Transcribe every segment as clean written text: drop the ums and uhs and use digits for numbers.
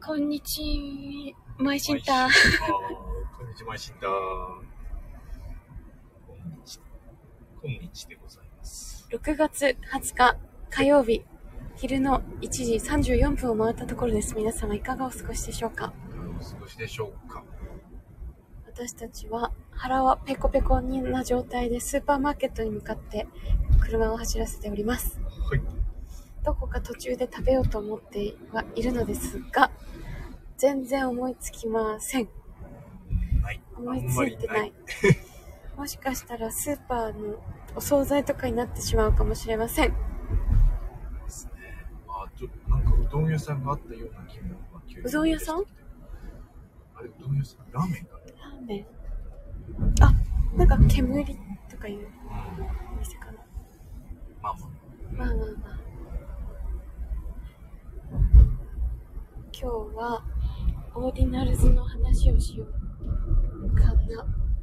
こんにちマイシンター。 こんにちマイシンター。こんにちでございます。 6月20日火曜日、昼の1時34分を回ったところです。皆様いかがお過ごしでしょうか。 お過ごしでしょうか。 私たちは腹はペコペコな状態でスーパーマーケットに向かって車を走らせております。 はい。 どこか途中で食べようと思ってはいるのですが、全然思いつきません。思いついてない。もしかしたらスーパーのお惣菜とかになってしまうかもしれません。 ですね。なんかうどん屋さんがあったような気分が急に。 うどん屋さん？ あれ、うどん屋さん？ラーメンかね。 ラーメン。あ、なんか煙とかいうお店かな。 まあ。 今日はオーディナルズの話をしようかな。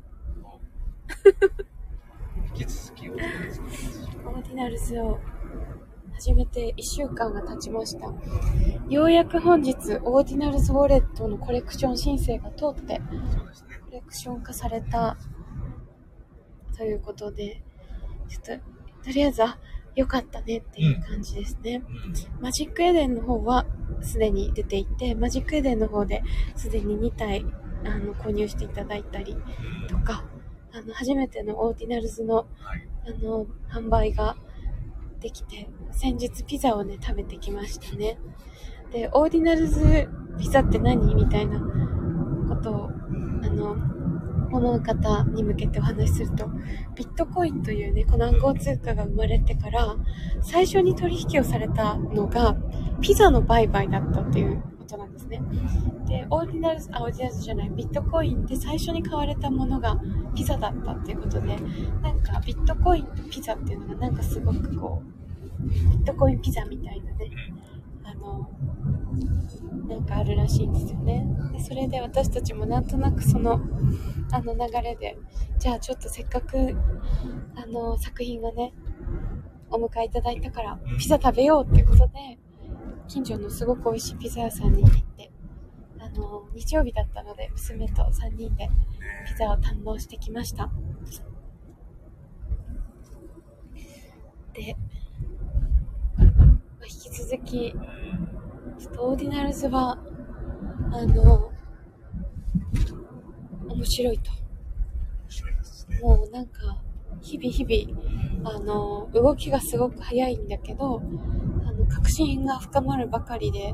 引き続きオーディナルズの話。 オーディナルズを始めて1週間が経ちました。ようやく本日オーディナルズウォレットのコレクション申請が通って、 そうですね。 コレクション化されたということで、ちょっととりあえず良かったねっていう感じですね。マジックエデンの方はすでに出ていて、マジックエデンの方ですでに2体購入していただいたりとか、初めてのオーディナルズの、販売ができて、先日ピザをね食べてきましたね。で、オーディナルズピザって何みたいなことをこの方に向けてお話しすると、ビットコインというねこの暗号通貨が生まれてから最初に取引をされたのがピザの売買だったっていうことなんですね。で、オーディナルズじゃない、ビットコインで最初に買われたものがピザだったっていうことで、なんかビットコインとピザっていうのがなんかすごくこうビットコインピザみたいなねなんかあるらしいんですよね。で、それで私たちもなんとなくその流れで、じゃあちょっとせっかく作品がねお迎えいただいたからピザ食べようってことで、近所のすごく美味しいピザ屋さんに行って、日曜日だったので娘と3人でピザを堪能してきました。で、引き続きちょっとオーディナルズは面白いと。もうなんか日々動きがすごく早いんだけど、革新が深まるばかりで、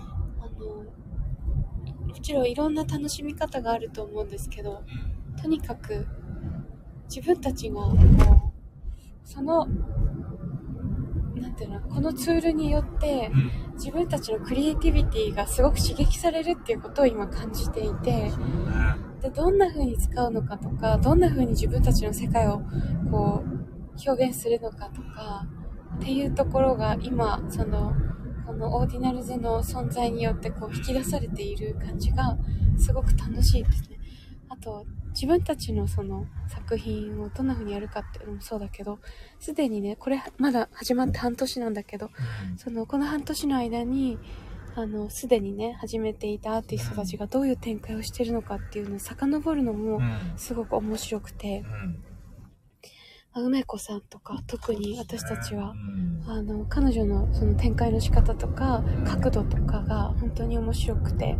もちろんいろんな楽しみ方があると思うんですけど、とにかく自分たちがこうそのなんていうの、このツールによって自分たちのクリエイティビティがすごく刺激されるっていうことを今感じていて、で、どんな風に使うのかとか、どんな風に自分たちの世界をこう表現するのかとかっていうところが今このオーディナルズの存在によってこう引き出されている感じがすごく楽しいですね。あと自分たちのその作品をどんな風にやるかっていうのもそうだけど、すでにね、これまだ始まって半年なんだけど、この半年の間にすでにね始めていたアーティストたちがどういう展開をしているのかっていうのを遡るのもすごく面白くて、梅子さんとか特に私たちは彼女のその展開の仕方とか角度とかが本当に面白くて、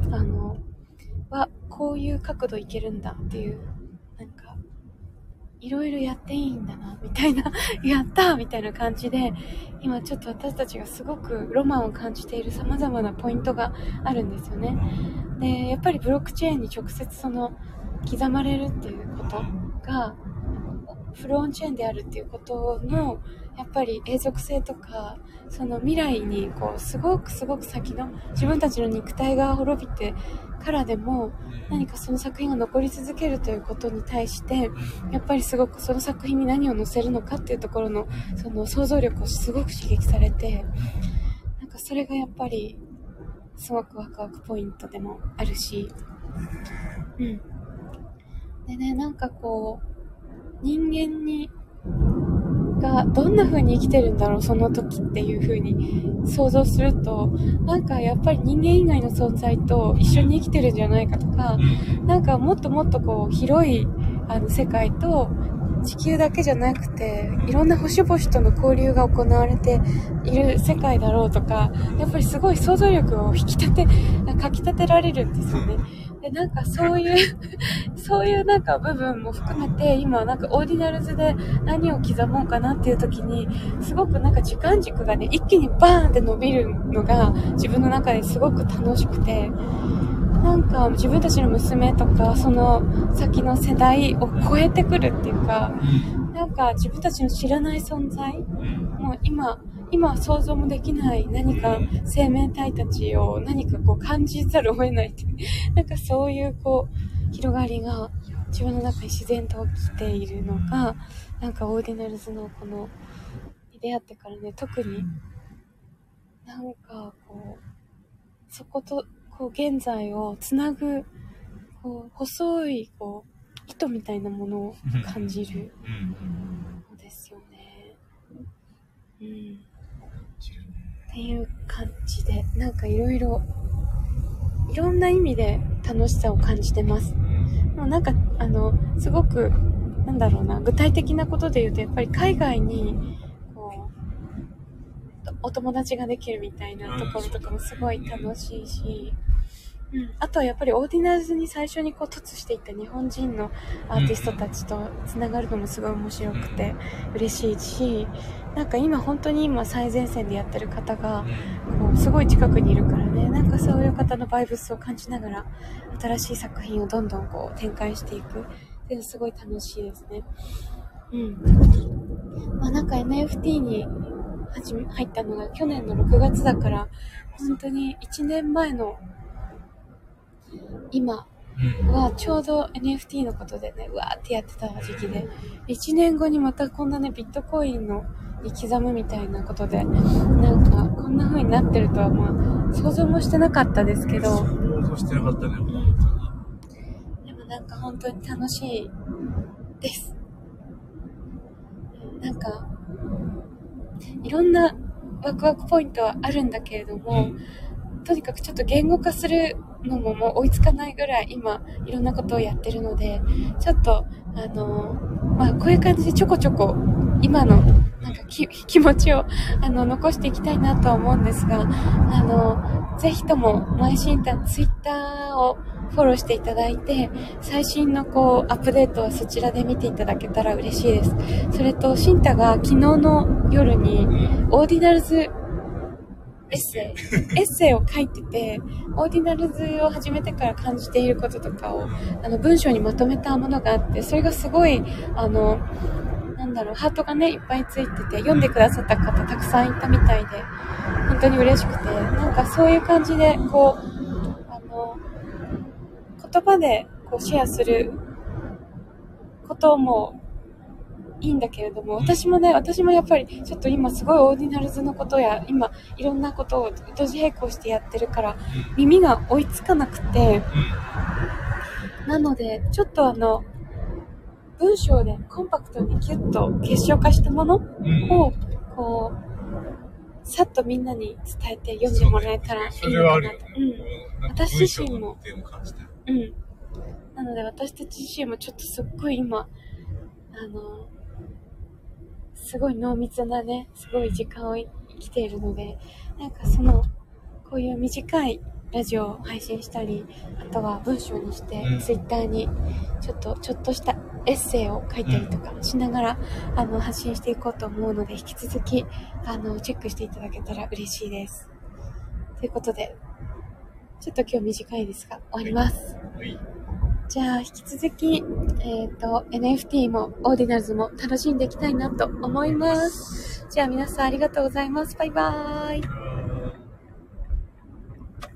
こういう角度いけるんだっていう、なんかいろいろやっていいんだなみたいなやったーみたいな感じで、今ちょっと私たちがすごくロマンを感じている様々なポイントがあるんですよね。で、やっぱりブロックチェーンに直接刻まれるっていうことがフルオンチェーンであるっていうことのやっぱり永続性とか、その未来にこうすごく先の自分たちの肉体が滅びてからでも何かその作品が残り続けるということに対して、やっぱりすごくその作品に何を載せるのかっていうところのその想像力をすごく刺激されて、なんかそれがやっぱりすごくワクワクポイントでもあるし、でね、なんかこう人間にがどんな風に生きてるんだろうその時っていう風に想像すると、なんかやっぱり人間以外の存在と一緒に生きてるんじゃないかとか、なんかもっともっとこう広い世界と地球だけじゃなくていろんな星々との交流が行われている世界だろうとか、やっぱりすごい想像力をかき立てられるんですよね。でなんかそういうなんか部分も含めて今なんかオーディナルズで何を刻もうかなっていう時にすごくなんか時間軸がね一気にバーンって伸びるのが自分の中ですごく楽しくて、なんか自分たちの娘とかその先の世代を超えてくるっていうか、なんか自分たちの知らない存在、もう今想像もできない何か生命体たちを何かこう感じざるを得ないってなんかそういうこう広がりが自分の中に自然と起きているのが、なんかオーディナルズのこの出会ってからね、特になんかこうそことこう現在をつなぐこう細いこう糸みたいなものを感じるのですよね。っていう感じで、なんかいろんな意味で楽しさを感じてます。もうなんかすごくなんだろうな、具体的なことで言うとやっぱり海外にこうお友達ができるみたいなところとかもすごい楽しいし、あとはやっぱりオーディナルズに最初にこう突していった日本人のアーティストたちとつながるのもすごい面白くて嬉しいし、なんか本当に最前線でやってる方がこうすごい近くにいるからね、なんかそういう方のバイブスを感じながら新しい作品をどんどんこう展開していくっていうのすごい楽しいですね。なんか NFT に入ったのが去年の6月だから、本当に1年前の今はちょうど NFT のことでね、うわーってやってた時期で、1年後にまたこんなねビットコインに刻むみたいなことで、なんかこんな風になってるとは想像もしてなかったですけど、 想像してなかったね、本当に。でもなんか本当に楽しいです。なんかいろんなワクワクポイントはあるんだけれども、とにかくちょっと言語化するのももう追いつかないぐらい今いろんなことをやってるので、ちょっとこういう感じでちょこちょこ今のなんか気持ちを残していきたいなとは思うんですが、ぜひともマイシンタンツイッターをフォローしていただいて、最新のこうアップデートはそちらで見ていただけたら嬉しいです。それとシンタが昨日の夜にオーディナルズエッセイを書いてて、オーディナルズを始めてから感じていることとかを文章にまとめたものがあって、それがすごいハートがねいっぱいついてて、読んでくださった方たくさんいたみたいで本当に嬉しくて、なんかそういう感じでこう言葉でこうシェアすることもいいんだけれども、私もやっぱりちょっと今すごいオーディナルズのことや今いろんなことを同時並行してやってるから耳が追いつかなくて、なのでちょっと文章でコンパクトにキュッと結晶化したものをこうさっとみんなに伝えて読んでもらえたらいいのかなと。私自身もなので私たち自身もちょっとすっごい今すごい濃密なね、すごい時間を生きているので、なんかこういう短いラジオを配信したり、あとは文章にしてツイッターにちょっとしたエッセイを書いたりとかしながら発信していこうと思うので、引き続きチェックしていただけたら嬉しいです。ということで、ちょっと今日短いですが終わります。じゃあ引き続き、NFT もオーディナルズも楽しんでいきたいなと思います。じゃあ皆さんありがとうございます。バイバーイ。